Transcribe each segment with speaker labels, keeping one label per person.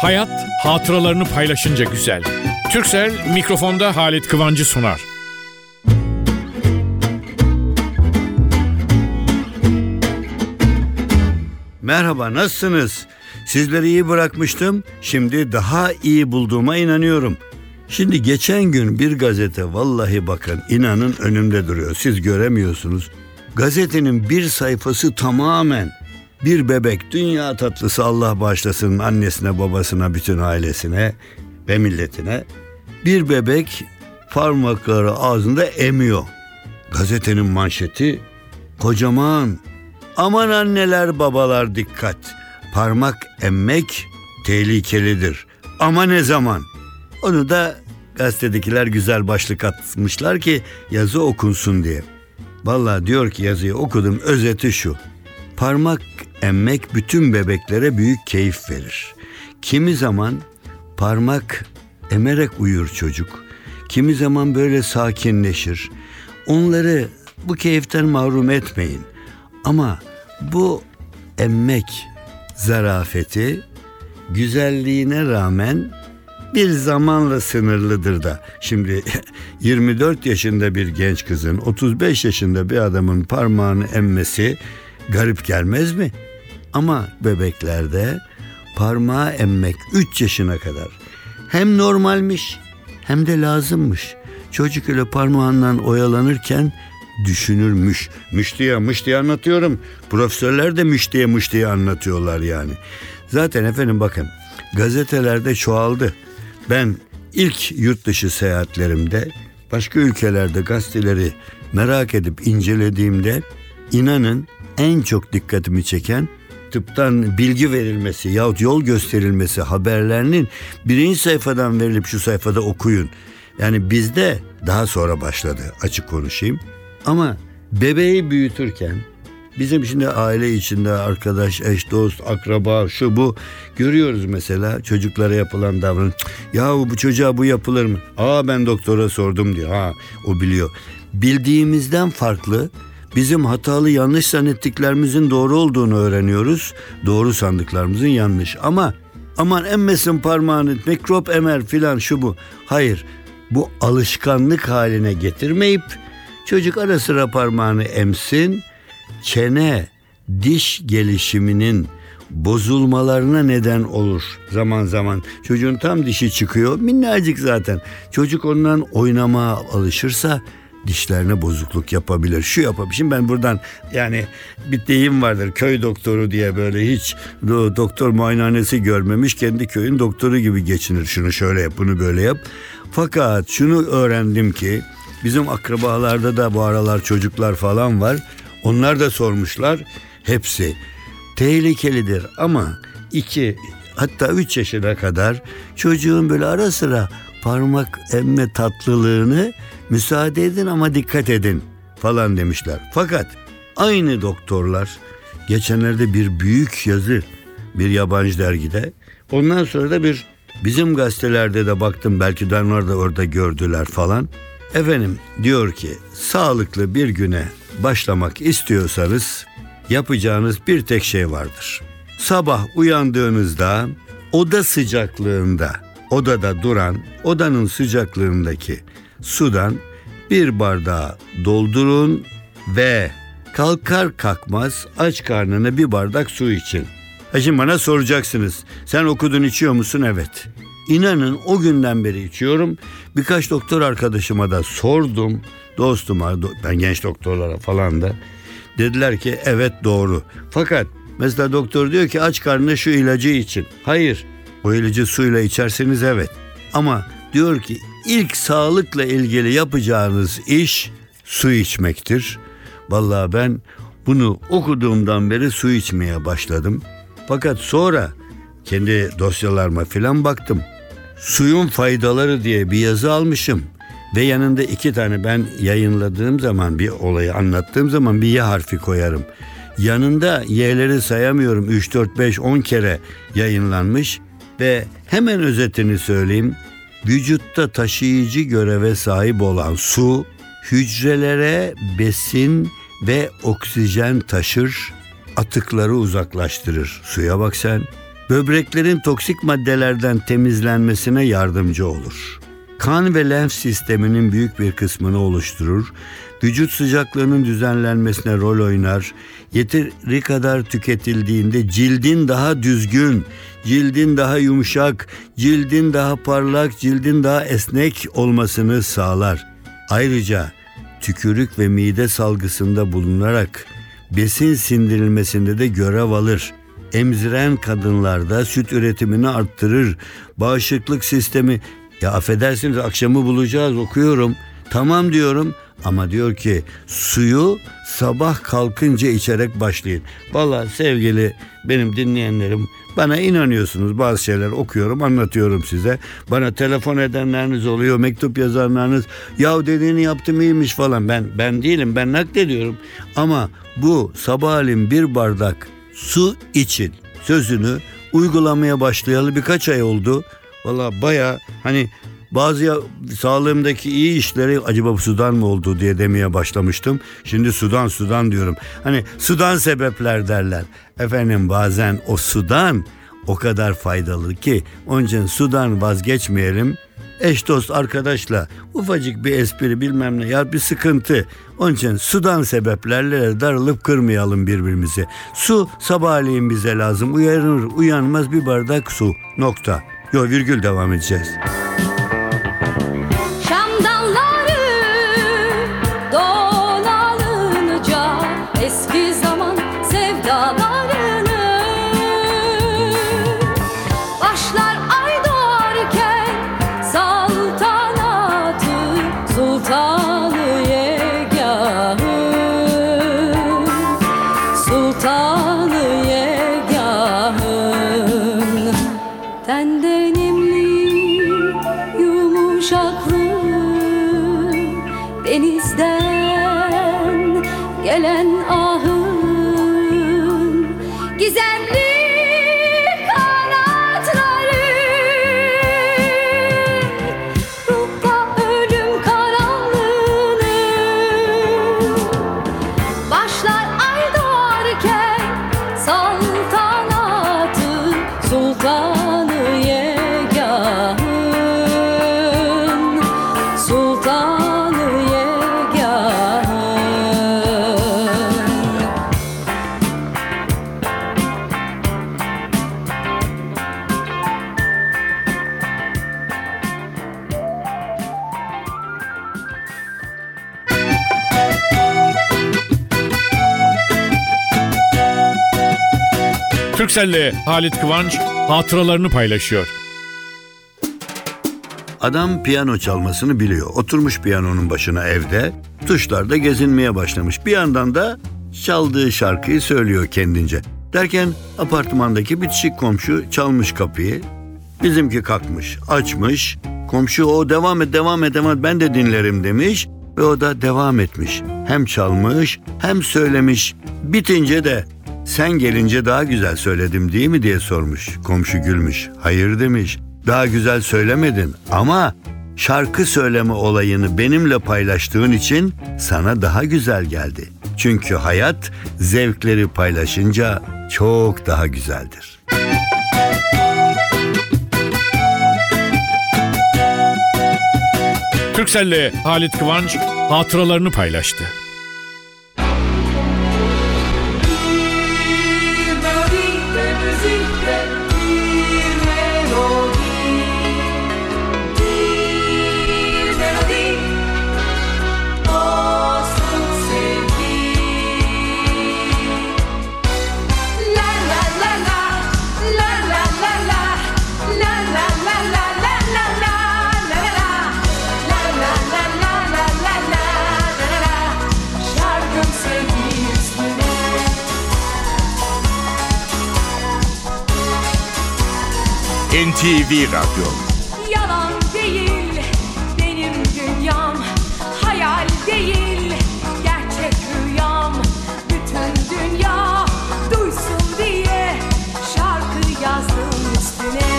Speaker 1: Hayat hatıralarını paylaşınca güzel. Turkcell mikrofonda Halit Kıvancı sunar.
Speaker 2: Merhaba, nasılsınız? Sizleri iyi bırakmıştım. Şimdi daha iyi bulduğuma inanıyorum. Şimdi geçen gün bir gazete, vallahi bakın inanın önümde duruyor. Siz göremiyorsunuz. Gazetenin bir sayfası tamamen bir bebek, dünya tatlısı, Allah bağışlasın annesine, babasına, bütün ailesine ve milletine. Bir bebek parmakları ağzında emiyor. Gazetenin manşeti kocaman. Aman anneler babalar dikkat. Parmak emmek tehlikelidir. Ama ne zaman? Onu da gazetedekiler güzel başlık atmışlar ki yazı okunsun diye. Vallahi diyor ki yazıyı okudum, özeti şu. Parmak emmek bütün bebeklere büyük keyif verir. Kimi zaman parmak emerek uyur çocuk. Kimi zaman böyle sakinleşir. Onları bu keyiften mahrum etmeyin. Ama bu emmek zarafeti güzelliğine rağmen bir zamanla sınırlıdır da. Şimdi 24 yaşında bir genç kızın 35 yaşında bir adamın parmağını emmesi garip gelmez mi? Ama bebeklerde parmağı emmek 3 yaşına kadar hem normalmiş hem de lazımmış. Çocuk öyle parmağından oyalanırken düşünürmüş. Müştiye anlatıyorum. Profesörler de müştiye anlatıyorlar yani. Zaten efendim bakın gazetelerde çoğaldı. Ben ilk yurt dışı seyahatlerimde başka ülkelerde gazeteleri merak edip incelediğimde inanın en çok dikkatimi çeken tıptan bilgi verilmesi yahut yol gösterilmesi haberlerinin birinci sayfadan verilip şu sayfada okuyun. Yani bizde daha sonra başladı, açık konuşayım. Ama bebeği büyütürken bizim şimdi aile içinde arkadaş, eş, dost, akraba, şu bu görüyoruz mesela çocuklara yapılan davranış. Yahu bu çocuğa bu yapılır mı? Ben doktora sordum diyor. O biliyor. Bildiğimizden farklı bizim hatalı yanlış zannettiklerimizin doğru olduğunu öğreniyoruz. Doğru sandıklarımızın yanlış. Ama aman emmesin parmağını, mikrop emer filan şu bu. Hayır, bu alışkanlık haline getirmeyip çocuk ara sıra parmağını emsin. Çene, diş gelişiminin bozulmalarına neden olur zaman zaman. Çocuğun tam dişi çıkıyor, minnacık zaten. Çocuk ondan oynamaya alışırsa dişlerine bozukluk yapabilir. Şu yapabilir. Şimdi ben buradan yani bir deyim vardır. Köy doktoru diye böyle hiç doktor muayenehanesi görmemiş. Kendi köyün doktoru gibi geçinir. Şunu şöyle yap, bunu böyle yap. Fakat şunu öğrendim ki bizim akrabalarda da bu aralar çocuklar falan var. Onlar da sormuşlar. Hepsi tehlikelidir ama 2 hatta 3 yaşına kadar çocuğun böyle ara sıra parmak emme tatlılığını müsaade edin ama dikkat edin falan demişler. Fakat aynı doktorlar geçenlerde bir büyük yazı bir yabancı dergide, ondan sonra da bir bizim gazetelerde de baktım, belki de onlar da orada gördüler falan. Efendim diyor ki sağlıklı bir güne başlamak istiyorsanız yapacağınız bir tek şey vardır. Sabah uyandığınızda oda sıcaklığında, odada duran, odanın sıcaklığındaki sudan bir bardağı doldurun ve kalkar kalkmaz aç karnına bir bardak su için. Şimdi bana soracaksınız, sen okudun içiyor musun? Evet. İnanın o günden beri içiyorum. Birkaç doktor arkadaşıma da sordum. Dostuma, ben genç doktorlara falan da. Dediler ki evet doğru. Fakat mesela doktor diyor ki aç karnına şu ilacı için. Hayır, o ilacı suyla içerseniz evet. Ama diyor ki ilk sağlıkla ilgili yapacağınız iş su içmektir. Vallahi ben bunu okuduğumdan beri su içmeye başladım. Fakat sonra kendi dosyalarıma filan baktım. Suyun faydaları diye bir yazı almışım. Ve yanında 2 tane, ben yayınladığım zaman bir olayı anlattığım zaman bir Y harfi koyarım. Yanında Y'leri sayamıyorum, 3, 4, 5, 10 kere yayınlanmış. Ve hemen özetini söyleyeyim. Vücutta taşıyıcı göreve sahip olan su hücrelere besin ve oksijen taşır, atıkları uzaklaştırır. Suya bak sen. Böbreklerin toksik maddelerden temizlenmesine yardımcı olur. Kan ve lenf sisteminin büyük bir kısmını oluşturur. Vücut sıcaklığının düzenlenmesine rol oynar. Yeteri kadar tüketildiğinde cildin daha düzgün, cildin daha yumuşak, cildin daha parlak, cildin daha esnek olmasını sağlar. Ayrıca tükürük ve mide salgısında bulunarak besin sindirilmesinde de görev alır. Emziren kadınlarda süt üretimini arttırır. Bağışıklık sistemi, ya affedersiniz akşamı bulacağız okuyorum. Tamam diyorum ama diyor ki suyu sabah kalkınca içerek başlayın. Vallahi sevgili benim dinleyenlerim, bana inanıyorsunuz, bazı şeyler okuyorum, anlatıyorum size. Bana telefon edenleriniz oluyor, mektup yazanlarınız, ya dediğini yaptım iyiymiş falan. Ben değilim, ben naklediyorum. Ama bu sabahleyin bir bardak su için sözünü uygulamaya başlayalı birkaç ay oldu. Vallahi baya bazı sağlığımdaki iyi işleri acaba bu sudan mı oldu diye demeye başlamıştım. Şimdi sudan diyorum. Sudan sebepler derler. Efendim bazen o sudan o kadar faydalı ki onun için sudan vazgeçmeyelim. Eş dost arkadaşla ufacık bir espri bilmem ne ya bir sıkıntı. Onun için sudan sebeplerle darılıp kırmayalım birbirimizi. Su sabahleyin bize lazım. Uyanır uyanmaz bir bardak su. Nokta. Virgül devam edeceğiz.
Speaker 3: Eski zaman sevdalarını başlar ay doğarken saltanatı sultanı yegahın sultanı yegahın tenden nemli yumuşaklığı denizden gelen ahın gizemli kanatları ruhta ölüm karanlığını başlar ay doğarken saltanatı sultanı yegahın sultanı yegahın.
Speaker 1: Turkcell'le Halit Kıvanç hatıralarını paylaşıyor.
Speaker 2: Adam piyano çalmasını biliyor. Oturmuş piyanonun başına evde, tuşlarda gezinmeye başlamış. Bir yandan da çaldığı şarkıyı söylüyor kendince. Derken apartmandaki bitişik komşu çalmış kapıyı. Bizimki kalkmış, açmış. Komşu o devam et ben de dinlerim demiş ve o da devam etmiş. Hem çalmış hem söylemiş. Bitince de sen gelince daha güzel söyledim değil mi diye sormuş. Komşu gülmüş. Hayır demiş. Daha güzel söylemedin ama şarkı söyleme olayını benimle paylaştığın için sana daha güzel geldi. Çünkü hayat zevkleri paylaşınca çok daha güzeldir.
Speaker 1: Turkcell'le Halit Kıvanç hatıralarını paylaştı.
Speaker 4: NTV Radyo.
Speaker 3: Yalan değil benim dünyam, hayal değil gerçek rüyam. Bütün dünya duysun diye şarkı yazdım üstüne.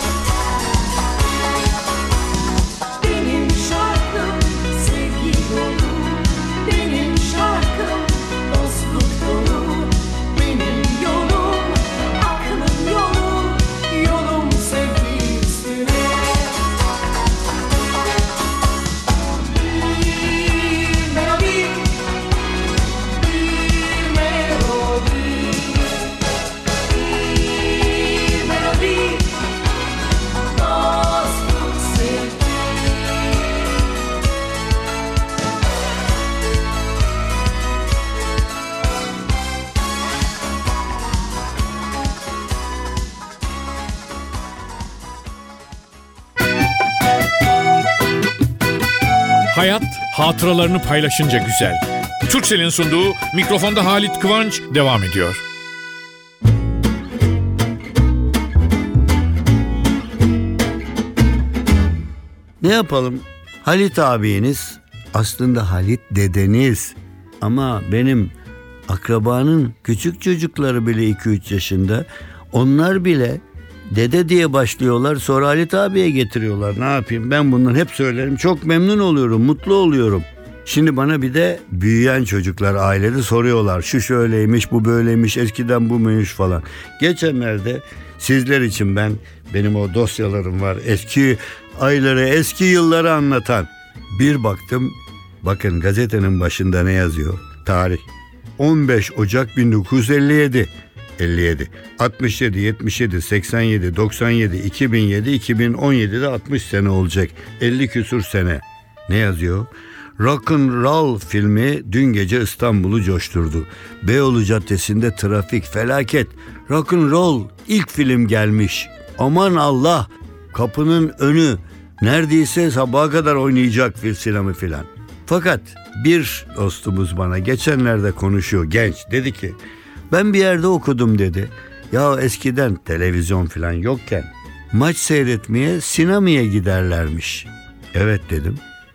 Speaker 3: Benim şarkım sevgi dolu, benim şarkım dostluk dolu. Benim yolum aklım yolu,
Speaker 1: Hayat hatıralarını paylaşınca güzel. Turkcell'in sunduğu Mikrofonda Halit Kıvanç devam ediyor.
Speaker 2: Ne yapalım? Halit abiniz aslında Halit dedeniz. Ama benim akrabanın küçük çocukları bile 2-3 yaşında. Onlar bile dede diye başlıyorlar, sonra Halit abiye getiriyorlar. Ne yapayım, ben bundan hep söylerim. Çok memnun oluyorum, mutlu oluyorum. Şimdi bana bir de büyüyen çocuklar ailede soruyorlar. Şu şöyleymiş, bu böyleymiş, eskiden bu muymuş falan. Geçenlerde sizler için benim o dosyalarım var. Eski ayları, eski yılları anlatan. Bir baktım, bakın gazetenin başında ne yazıyor? Tarih 15 Ocak 1957. 67, 77, 87, 97, 2007, 2017'de 60 sene olacak. 50 küsur sene. Ne yazıyor? Rock'n'Roll filmi dün gece İstanbul'u coşturdu. Beyoğlu Caddesi'nde trafik felaket. Rock'n'Roll ilk film gelmiş. Aman Allah, kapının önü neredeyse sabaha kadar oynayacak sinema filan. Fakat bir dostumuz bana geçenlerde konuşuyor, genç, dedi ki ben bir yerde okudum dedi. Ya eskiden televizyon filan yokken maç seyretmeye sinemaya giderlermiş. Evet dedim.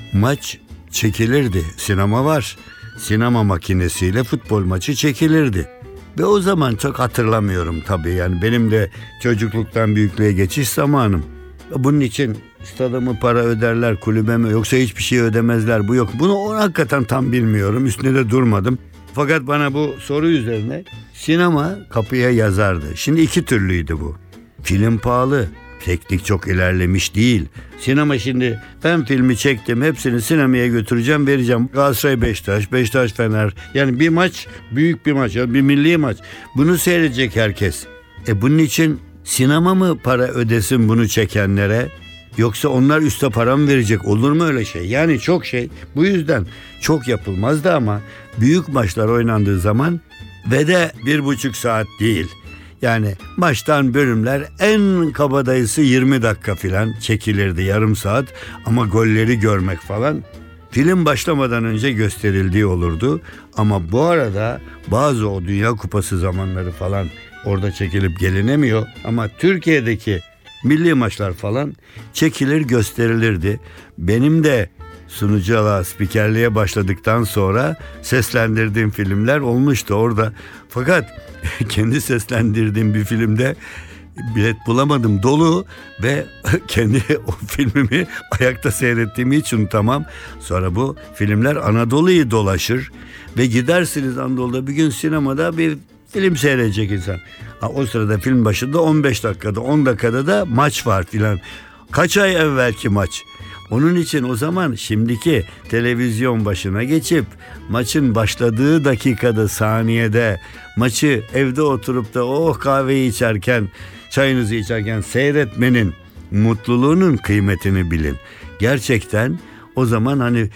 Speaker 2: Maç çekilirdi. Sinema var. Sinema makinesiyle futbol maçı çekilirdi. Ve o zaman çok hatırlamıyorum tabii. Yani benim de çocukluktan büyüklüğe geçiş zamanım. Bunun için stada mı para öderler, kulübe mi, yoksa hiçbir şey ödemezler, bu yok. Bunu hakikaten tam bilmiyorum. Üstüne de durmadım. Fakat bana bu soru üzerine sinema kapıya yazardı. Şimdi iki türlüydü bu. Film pahalı. Teknik çok ilerlemiş değil. Sinema şimdi ben filmi çektim, hepsini sinemaya götüreceğim, vereceğim. Galatasaray Beşiktaş, Beşiktaş Fener. Yani bir maç, büyük bir maç, bir milli maç. Bunu seyredecek herkes. Bunun için sinema mı para ödesin bunu çekenlere? Yoksa onlar üste para mı verecek? Olur mu öyle şey? Yani çok şey. Bu yüzden çok yapılmazdı ama büyük maçlar oynandığı zaman ve de 1,5 saat değil. Yani maçtan bölümler en kabadayısı 20 dakika falan çekilirdi, yarım saat, ama golleri görmek falan film başlamadan önce gösterildiği olurdu. Ama bu arada bazı o Dünya Kupası zamanları falan orada çekilip gelinemiyor ama Türkiye'deki milli maçlar falan çekilir, gösterilirdi. Benim de sunuculuğa, spikerliğe başladıktan sonra seslendirdiğim filmler olmuştu orada. Fakat kendi seslendirdiğim bir filmde bilet bulamadım, dolu, ve kendi o filmimi ayakta seyrettiğimi hiç unutamam. Sonra bu filmler Anadolu'yu dolaşır ve gidersiniz Anadolu'da bir gün sinemada bir film seyredecek insan. O sırada film başında 15 dakikada 10 dakikada da maç var filan. Kaç ay evvelki maç. Onun için o zaman şimdiki televizyon başına geçip maçın başladığı dakikada, saniyede maçı evde oturup da kahveyi içerken, çayınızı içerken seyretmenin mutluluğunun kıymetini bilin. Gerçekten o zaman hani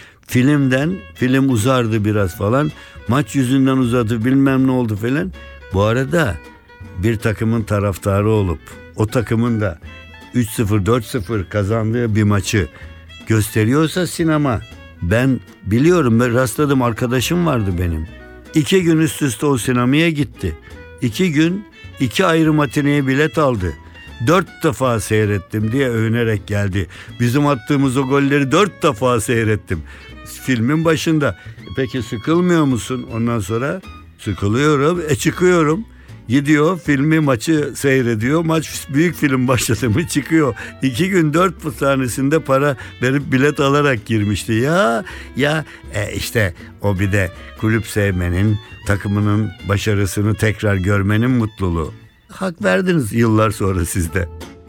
Speaker 2: film uzardı biraz falan, maç yüzünden uzadı, bilmem ne oldu falan. Bu arada bir takımın taraftarı olup o takımın da 3-0 4-0 kazandığı bir maçı gösteriyorsa sinema, ben biliyorum, ben rastladım, arkadaşım vardı benim. 2 gün üst üste o sinemaya gitti. 2 gün 2 ayrı matineye bilet aldı. 4 defa seyrettim diye övünerek geldi. Bizim attığımız o golleri 4 defa seyrettim. Filmin başında. Peki sıkılmıyor musun? Ondan sonra sıkılıyorum. Çıkıyorum. Gidiyor filmi, maçı seyrediyor. Maç, büyük film başladı mı çıkıyor. 2 gün 4 tanesinde para verip bilet alarak girmişti. İşte o bir de kulüp sevmenin, takımının başarısını tekrar görmenin mutluluğu. Hak verdiniz yıllar sonra sizde.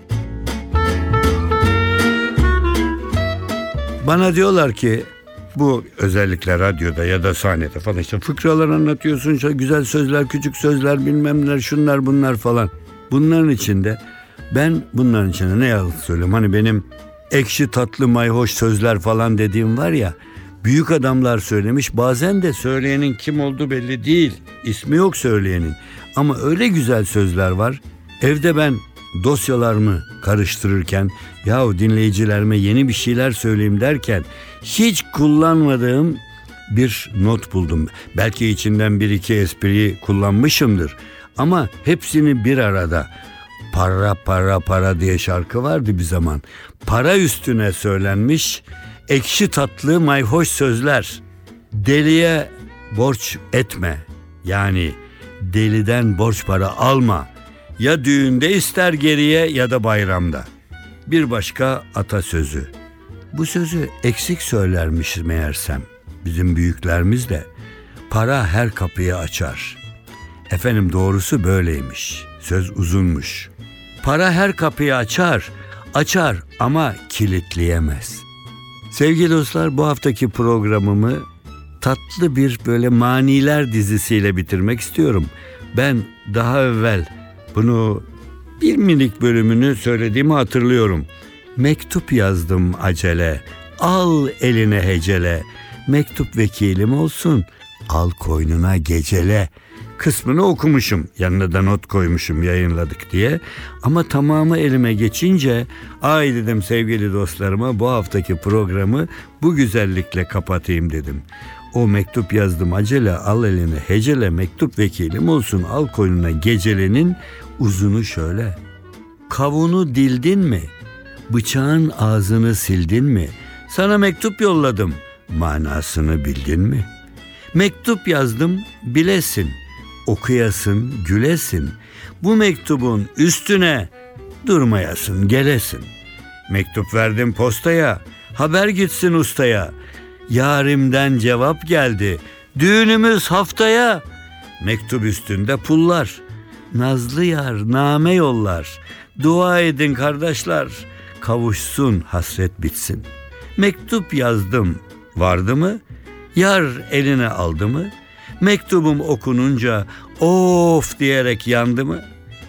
Speaker 2: Bana diyorlar ki, bu özellikle radyoda ya da sahnede falan işte fıkralar anlatıyorsun, işte güzel sözler, küçük sözler, bilmem neler, şunlar bunlar falan. Bunların içinde ne yalan söyleyeyim, hani benim ekşi tatlı mayhoş sözler falan dediğim var ya, büyük adamlar söylemiş, bazen de söyleyenin kim olduğu belli değil, ismi yok söyleyenin, ama öyle güzel sözler var. Evde ben dosyalarımı karıştırırken yahu dinleyicilerime yeni bir şeyler söyleyeyim derken hiç kullanmadığım bir not buldum. Belki içinden bir iki espriyi kullanmışımdır ama hepsini bir arada. Para para para diye şarkı vardı bir zaman. Para üstüne söylenmiş ekşi tatlı mayhoş sözler. Deliye borç etme, yani deliden borç para alma. Ya düğünde ister geriye ya da bayramda. Bir başka atasözü. Bu sözü eksik söylermiş meğersem bizim büyüklerimiz de. Para her kapıyı açar. Efendim doğrusu böyleymiş. Söz uzunmuş. Para her kapıyı açar ama kilitleyemez. Sevgili dostlar, bu haftaki programımı tatlı bir böyle maniler dizisiyle bitirmek istiyorum. Ben daha evvel bunu bir minik bölümünü söylediğimi hatırlıyorum. Mektup yazdım acele, al eline hecele. Mektup vekilim olsun, al koynuna gecele. Kısmını okumuşum, yanına da not koymuşum yayınladık diye. Ama tamamı elime geçince ay dedim sevgili dostlarıma, bu haftaki programı bu güzellikle kapatayım dedim. O mektup yazdım acele, al eline hecele, mektup vekilim olsun, al koynuna gecelenin uzunu şöyle. Kavunu dildin mi? Bıçağın ağzını sildin mi? Sana mektup yolladım, manasını bildin mi? Mektup yazdım bilesin, okuyasın gülesin. Bu mektubun üstüne durmayasın gelesin. Mektup verdim postaya, haber gitsin ustaya. Yarimden cevap geldi, düğünümüz haftaya. Mektup üstünde pullar, nazlı yar name yollar. Dua edin kardeşler, kavuşsun hasret bitsin. Mektup yazdım, vardı mı? Yar eline aldı mı? Mektubum okununca of diyerek yandı mı?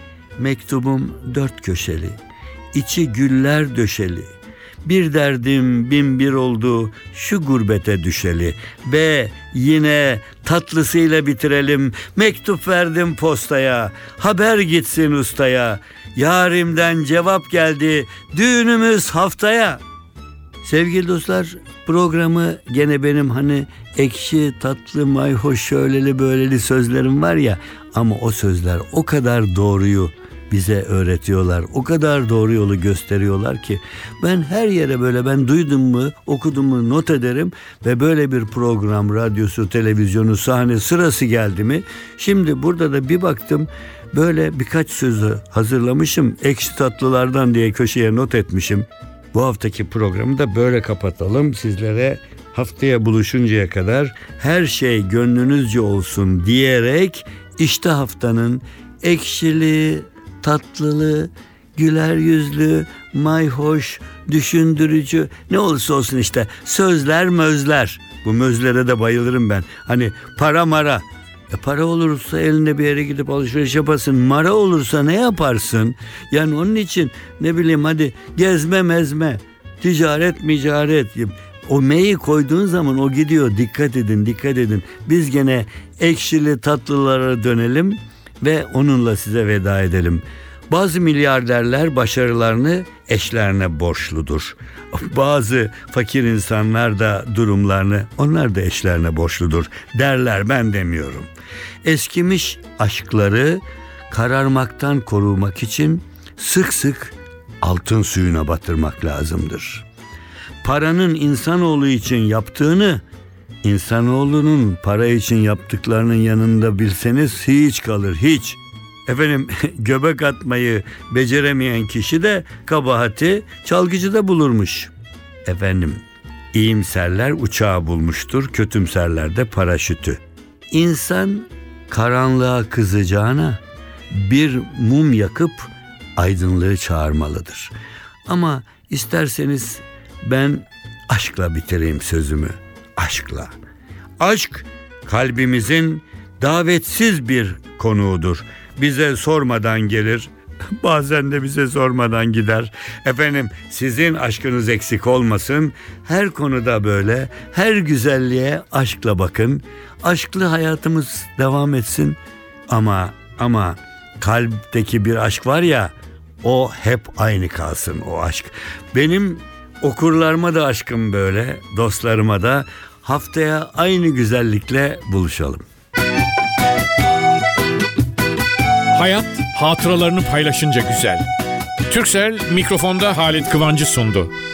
Speaker 2: Mektubum dört köşeli, içi güller döşeli. Bir derdim bin bir oldu şu gurbete düşeli. Ve yine tatlısıyla bitirelim. Mektup verdim postaya, haber gitsin ustaya. Yarimden cevap geldi, düğünümüz haftaya. Sevgili dostlar, programı gene benim hani ekşi, tatlı, mayhoş, şöyleli böyleli sözlerim var ya, ama o sözler o kadar doğruyu bize öğretiyorlar. O kadar doğru yolu gösteriyorlar ki ben her yere böyle ben duydum mu, okudum mu not ederim ve böyle bir program, radyosu, televizyonu, sahne sırası geldi mi? Şimdi burada da bir baktım, böyle birkaç sözü hazırlamışım. Ekşi tatlılardan diye köşeye not etmişim. Bu haftaki programı da böyle kapatalım. Sizlere haftaya buluşuncaya kadar her şey gönlünüzce olsun diyerek işte haftanın ekşili, tatlılı, güler yüzlü, mayhoş, düşündürücü, ne olursa olsun işte sözler mözler. Bu mözlere de bayılırım ben. Hani para mara. Para olursa elinde bir yere gidip alışveriş yapasın. Mara olursa ne yaparsın? Yani onun için ne bileyim hadi gezme mezme, ticaret micaret. O meyi koyduğun zaman o gidiyor. Dikkat edin. Biz gene ekşili tatlılara dönelim ve onunla size veda edelim. Bazı milyarderler başarılarını eşlerine borçludur. Bazı fakir insanlar da durumlarını onlar da eşlerine borçludur derler, ben demiyorum. Eskimiş aşkları kararmaktan korumak için sık sık altın suyuna batırmak lazımdır. Paranın insanoğlu için yaptığını, insanoğlunun para için yaptıklarının yanında bilseniz hiç kalır, hiç. Efendim göbek atmayı beceremeyen kişi de kabahati çalgıcıda bulurmuş. Efendim iyimserler uçağı bulmuştur, kötümserler de paraşütü. İnsan karanlığa kızacağına bir mum yakıp aydınlığı çağırmalıdır. Ama isterseniz ben aşkla bitireyim sözümü. Aşkla. Aşk kalbimizin davetsiz bir konuğudur. Bize sormadan gelir, bazen de bize sormadan gider. Efendim sizin aşkınız eksik olmasın. Her konuda böyle, her güzelliğe aşkla bakın. Aşklı hayatımız devam etsin. Ama kalpteki bir aşk var ya, O hep aynı kalsın o aşk. Benim okurlarıma da aşkım böyle, dostlarıma da. Haftaya aynı güzellikle buluşalım.
Speaker 1: Hayat hatıralarını paylaşınca güzel. Turkcell mikrofonda Halit Kıvancı sundu.